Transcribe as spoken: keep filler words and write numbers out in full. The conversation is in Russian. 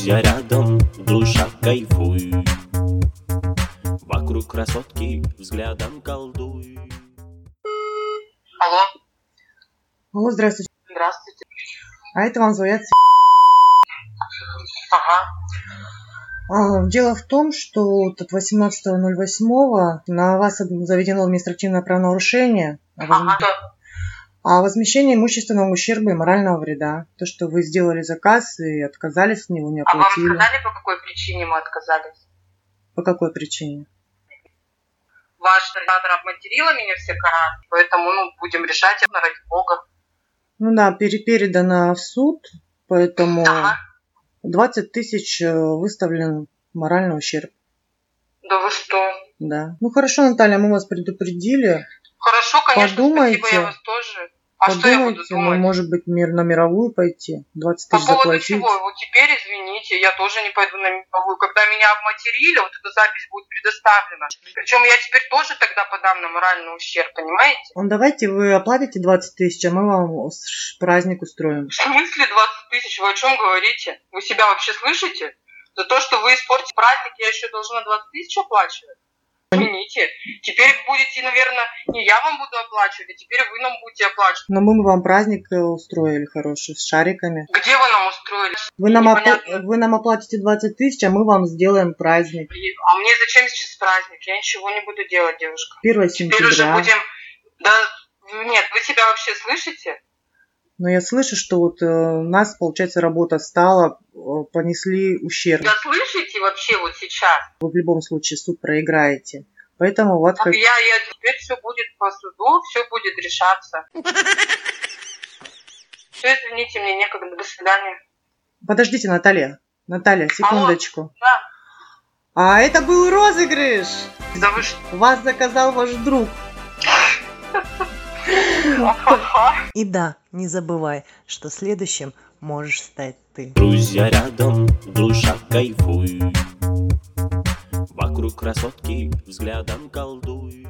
Друзья рядом, душа кайфуй. Вокруг красотки взглядом колдуй. Алло. Алло, здравствуйте. Здравствуйте. А это вам звонят. Ага. А, Дело в том, что вот от восемнадцатого ноль восьмого на вас заведено административное правонарушение о возм- Ага. о возмещении имущественного ущерба и морального вреда. То, что вы сделали заказ и отказались от него, не А вам оплатили. сказали, по какой причине мы отказались? По какой причине? Ваш координатор обматерила меня все карат, поэтому, ну, будем решать это ради бога. Ну да, пере- передано в суд, поэтому Ага. двадцать тысяч э, выставлен моральный ущерб. Да вы что? Да. Ну хорошо, Наталья, мы вас предупредили. Хорошо, конечно, Подумайте. спасибо, я вас тоже. А что я буду Подумайте, ну, думать? может быть, мир на мировую пойти, двадцать По тысяч поводу заплатить. чего? Вот теперь, извините, я тоже не пойду на мировую. Когда меня обматерили, вот эта запись будет предоставлена. Причем я теперь тоже тогда подам на моральный ущерб, понимаете? Ну, давайте вы оплатите двадцать тысяч, а мы вам с- праздник устроим. В смысле двадцать тысяч? Вы о чем говорите? Вы себя вообще слышите? За то, что вы испортите праздник, я еще должна двадцать тысяч оплачивать? Извините. Теперь будете, наверное, не я вам буду оплачивать, а теперь вы нам будете оплачивать. Но мы вам праздник э, устроили хороший, с шариками. Где вы нам устроили? Вы нам, опла- Непонятно. вы нам оплатите двадцать тысяч, а мы вам сделаем праздник. А мне зачем сейчас праздник? Я ничего не буду делать, девушка. первого Теперь уже сентября. будем... Да нет, вы себя вообще слышите? Но я слышу, что вот э, у нас, получается, работа стала, э, понесли ущерб. Да слышите вообще вот сейчас? Вы в любом случае суд проиграете. Поэтому вот... Я, я, теперь все будет по суду, все будет решаться. Все, извините, мне некогда. До свидания. Подождите, Наталья. Наталья, секундочку. Да. А это был розыгрыш. Да вы что? Вас заказал ваш друг. И да, не забывай, что следующим можешь стать ты. Друзья рядом, душа кайфуй. Вокруг красотки взглядом колдуй.